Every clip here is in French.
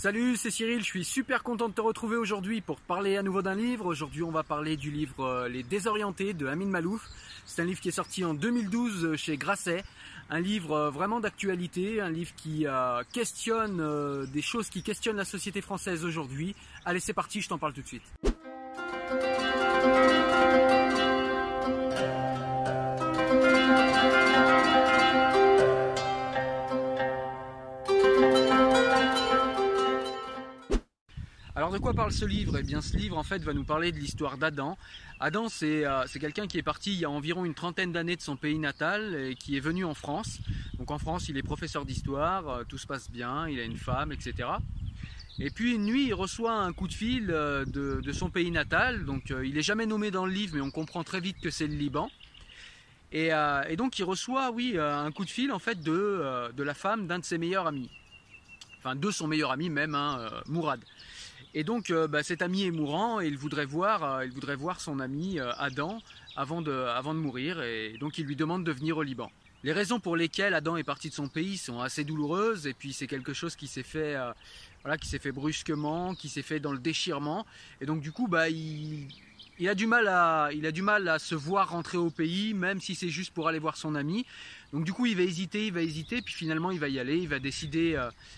Salut, c'est Cyril, je suis super content de te retrouver aujourd'hui pour parler à nouveau d'un livre. Aujourd'hui, on va parler du livre Les Désorientés de Amin Maalouf. C'est un livre qui est sorti en 2012 chez Grasset. Un livre vraiment d'actualité, un livre qui questionne des choses qui questionnent la société française aujourd'hui. Allez, c'est parti, je t'en parle tout de suite. Alors de quoi parle ce livre? Eh bien ce livre en fait va nous parler de l'histoire d'Adam. Adam c'est quelqu'un qui est parti il y a environ une trentaine d'années de son pays natal et qui est venu en France. Donc en France il est professeur d'histoire, tout se passe bien, il a une femme, etc. Et puis une nuit il reçoit un coup de fil de son pays natal. Donc il n'est jamais nommé dans le livre mais on comprend très vite que c'est le Liban. Et donc il reçoit un coup de fil en fait de la femme d'un de ses meilleurs amis. Enfin de son meilleur ami même, Mourad. Et donc cet ami est mourant et il voudrait voir son ami Adam avant de mourir, et donc il lui demande de venir au Liban. Les raisons pour lesquelles Adam est parti de son pays sont assez douloureuses, et puis c'est quelque chose qui s'est fait, qui s'est fait brusquement, qui s'est fait dans le déchirement, et donc du coup il a du mal à se voir rentrer au pays, même si c'est juste pour aller voir son ami. Donc du coup il va hésiter, puis finalement il va y aller, il va décider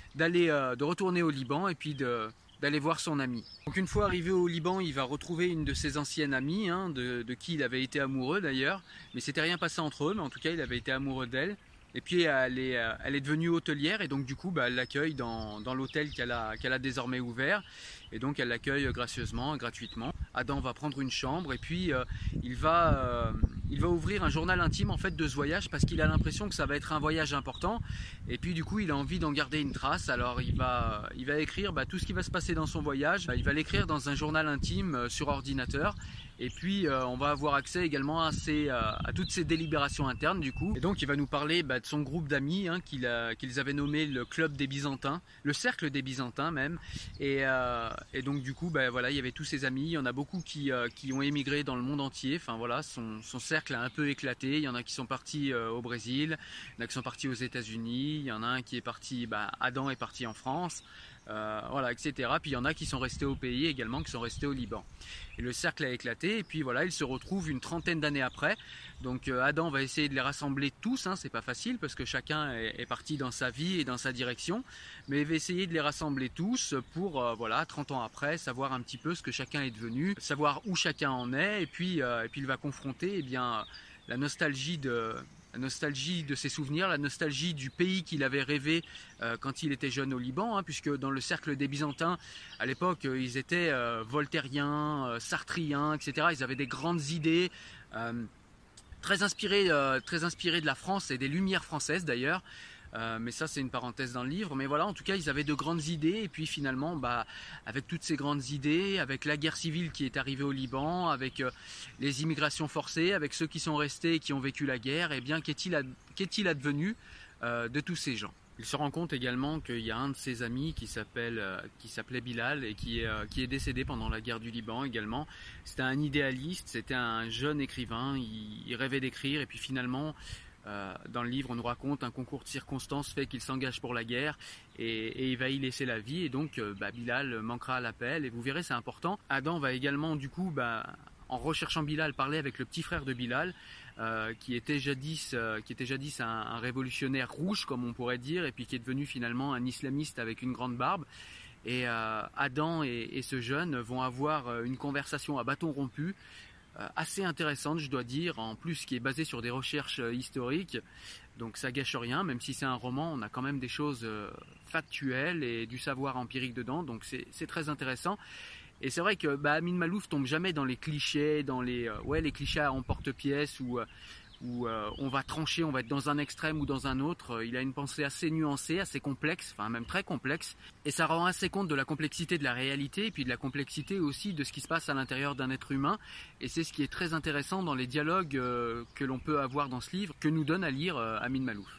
de retourner au Liban et puis d'aller voir son ami. Donc une fois arrivé au Liban, il va retrouver une de ses anciennes amies, de qui il avait été amoureux d'ailleurs, mais c'était rien passé entre eux, mais en tout cas il avait été amoureux d'elle. Et puis elle est devenue hôtelière, et donc du coup elle l'accueille dans l'hôtel qu'elle a désormais ouvert, et donc elle l'accueille gracieusement, gratuitement. Adam va prendre une chambre et puis il va ouvrir un journal intime en fait de ce voyage, parce qu'il a l'impression que ça va être un voyage important, et puis du coup il a envie d'en garder une trace. Alors il va écrire tout ce qui va se passer dans son voyage. Il va l'écrire dans un journal intime sur ordinateur, et puis on va avoir accès également à toutes ses délibérations internes du coup. Et donc il va nous parler de son groupe d'amis qu'ils avaient nommé le Club des Byzantins, le Cercle des Byzantins même, et donc du coup il y avait tous ses amis. Il y en a beaucoup qui ont émigré dans le monde entier. Enfin voilà, son cercle a un peu éclaté. Il y en a qui sont partis au Brésil, il y en a qui sont partis aux États-Unis, il y en a un qui est parti, Adam est parti en France, etc. Puis il y en a qui sont restés au pays également, qui sont restés au Liban. Et le cercle a éclaté, et puis voilà, ils se retrouvent une trentaine d'années après. Donc Adam va essayer de les rassembler tous, c'est pas facile parce que chacun est parti dans sa vie et dans sa direction, mais il va essayer de les rassembler tous pour 30 ans après, savoir un petit peu ce que chacun est devenu, savoir où chacun en est, et puis il va confronter la nostalgie de ses souvenirs, la nostalgie du pays qu'il avait rêvé quand il était jeune au Liban, puisque dans le cercle des Byzantins, à l'époque, ils étaient voltairiens, sartriens, etc. Ils avaient des grandes idées, très inspirées de la France et des Lumières françaises d'ailleurs. Mais ça c'est une parenthèse dans le livre, mais voilà, en tout cas ils avaient de grandes idées, et puis finalement avec toutes ces grandes idées, avec la guerre civile qui est arrivée au Liban, avec les immigrations forcées, avec ceux qui sont restés et qui ont vécu la guerre, et bien qu'est-il advenu de tous ces gens? Il se rend compte également qu'il y a un de ses amis qui s'appelait Bilal et qui est décédé pendant la guerre du Liban également. C'était un idéaliste, c'était un jeune écrivain, il rêvait d'écrire, et puis finalement dans le livre on nous raconte un concours de circonstances fait qu'il s'engage pour la guerre, et il va y laisser la vie, et donc Bilal manquera à l'appel, et vous verrez c'est important. Adam va également du coup en recherchant Bilal parler avec le petit frère de Bilal qui était jadis un révolutionnaire rouge comme on pourrait dire, et puis qui est devenu finalement un islamiste avec une grande barbe. Et Adam et ce jeune vont avoir une conversation à bâton rompu, assez intéressante je dois dire, en plus qui est basée sur des recherches historiques, donc ça gâche rien, même si c'est un roman, on a quand même des choses factuelles et du savoir empirique dedans, donc c'est très intéressant. Et c'est vrai que Amin Maalouf tombe jamais dans les clichés, dans les clichés à emporte-pièce où on va trancher, on va être dans un extrême ou dans un autre. Il a une pensée assez nuancée, assez complexe, enfin même très complexe, et ça rend assez compte de la complexité de la réalité, et puis de la complexité aussi de ce qui se passe à l'intérieur d'un être humain. Et c'est ce qui est très intéressant dans les dialogues que l'on peut avoir dans ce livre, que nous donne à lire Amin Maalouf.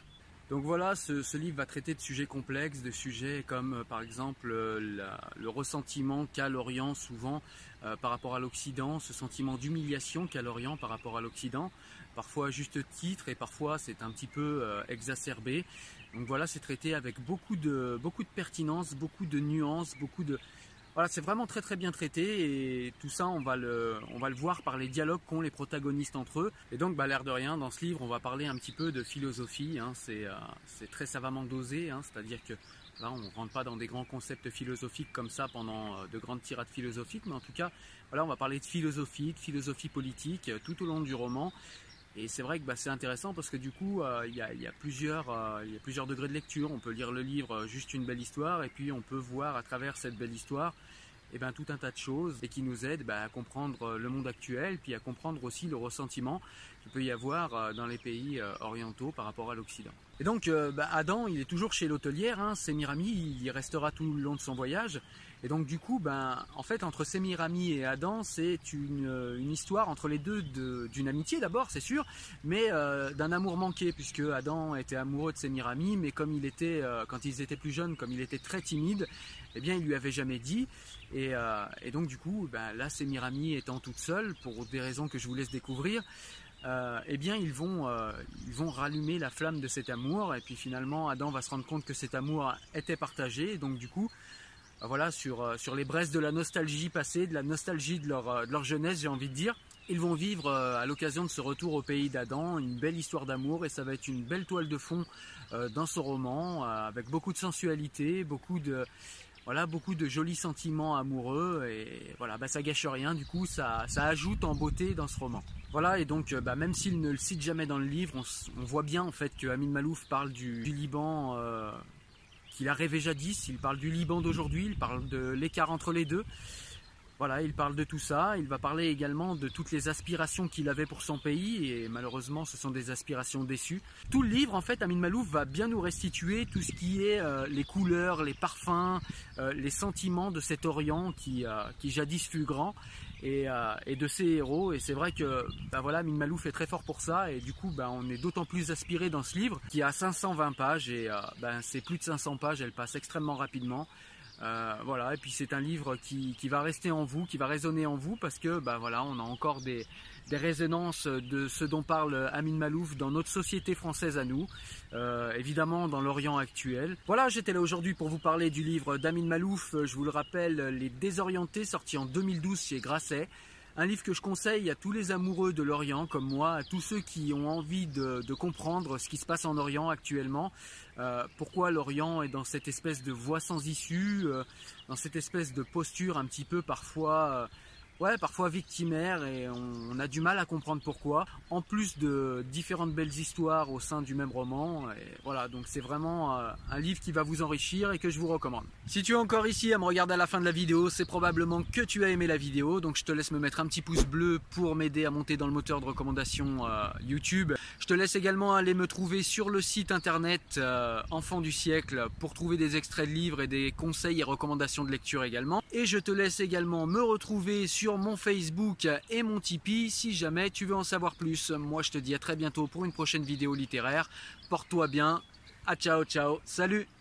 Donc voilà, ce livre va traiter de sujets complexes, de sujets comme par exemple le ressentiment qu'a l'Orient souvent par rapport à l'Occident, ce sentiment d'humiliation qu'a l'Orient par rapport à l'Occident, parfois à juste titre et parfois c'est un petit peu exacerbé. Donc voilà, c'est traité avec beaucoup de pertinence, beaucoup de nuances, Voilà, c'est vraiment très très bien traité et tout ça on va le voir par les dialogues qu'ont les protagonistes entre eux. Et donc l'air de rien, dans ce livre on va parler un petit peu de philosophie, hein. C'est très savamment dosé, hein. C'est-à-dire que là on ne rentre pas dans des grands concepts philosophiques comme ça pendant de grandes tirades philosophiques, mais en tout cas voilà, on va parler de philosophie politique tout au long du roman. Et c'est vrai que c'est intéressant parce que du coup, il y a plusieurs degrés de lecture. On peut lire le livre juste une belle histoire et puis on peut voir à travers cette belle histoire tout un tas de choses et qui nous aident à comprendre le monde actuel, puis à comprendre aussi le ressentiment qu'il peut y avoir dans les pays orientaux par rapport à l'Occident. Et donc Adam, il est toujours chez l'hôtelière, hein, Sémiramis, il y restera tout le long de son voyage. Et donc du coup, en fait, entre Sémiramis et Adam, c'est une histoire entre les deux d'une amitié d'abord, c'est sûr, mais d'un amour manqué, puisque Adam était amoureux de Sémiramis, mais comme il était, quand ils étaient plus jeunes, comme il était très timide, eh bien, il lui avait jamais dit. Et donc du coup, là, Sémiramis étant toute seule, pour des raisons que je vous laisse découvrir, eh bien ils vont rallumer la flamme de cet amour. Et puis finalement, Adam va se rendre compte que cet amour était partagé. Et donc du coup, voilà, sur les braises de la nostalgie passée, de la nostalgie de leur jeunesse, j'ai envie de dire, ils vont vivre à l'occasion de ce retour au pays d'Adam une belle histoire d'amour, et ça va être une belle toile de fond dans ce roman, avec beaucoup de sensualité, beaucoup de jolis sentiments amoureux, et voilà, ça gâche rien, du coup ça ajoute en beauté dans ce roman. Voilà, et donc même s'il ne le cite jamais dans le livre, on voit bien en fait que Amin Maalouf parle du Liban qu'il a rêvé jadis, il parle du Liban d'aujourd'hui, il parle de l'écart entre les deux. Voilà, il parle de tout ça, il va parler également de toutes les aspirations qu'il avait pour son pays, et malheureusement ce sont des aspirations déçues. Tout le livre, en fait, Amin Maalouf va bien nous restituer tout ce qui est les couleurs, les parfums, les sentiments de cet Orient qui jadis fut grand, et de ses héros. Et c'est vrai que voilà, Amin Maalouf est très fort pour ça, et du coup on est d'autant plus aspiré dans ce livre qui a 520 pages, et c'est plus de 500 pages, elle passe extrêmement rapidement. Voilà, et puis c'est un livre qui va rester en vous, qui va résonner en vous, parce que voilà, on a encore des résonances de ce dont parle Amin Maalouf dans notre société française à nous, évidemment dans l'Orient actuel. Voilà, j'étais là aujourd'hui pour vous parler du livre d'Amin Maalouf, je vous le rappelle, Les Désorientés, sorti en 2012 chez Grasset. Un livre que je conseille à tous les amoureux de l'Orient comme moi, à tous ceux qui ont envie de comprendre ce qui se passe en Orient actuellement, pourquoi l'Orient est dans cette espèce de voie sans issue, dans cette espèce de posture un petit peu parfois victimaire, et on a du mal à comprendre pourquoi, en plus de différentes belles histoires au sein du même roman. Et voilà, donc c'est vraiment un livre qui va vous enrichir et que je vous recommande. Si tu es encore ici à me regarder à la fin de la vidéo, c'est probablement que tu as aimé la vidéo, donc je te laisse me mettre un petit pouce bleu pour m'aider à monter dans le moteur de recommandation YouTube. Je te laisse également aller me trouver sur le site internet Enfant du siècle pour trouver des extraits de livres et des conseils et recommandations de lecture également. Et je te laisse également me retrouver sur mon Facebook et mon Tipeee si jamais tu veux en savoir plus. Moi je te dis à très bientôt pour une prochaine vidéo littéraire. Porte-toi bien. Ciao ciao. Salut.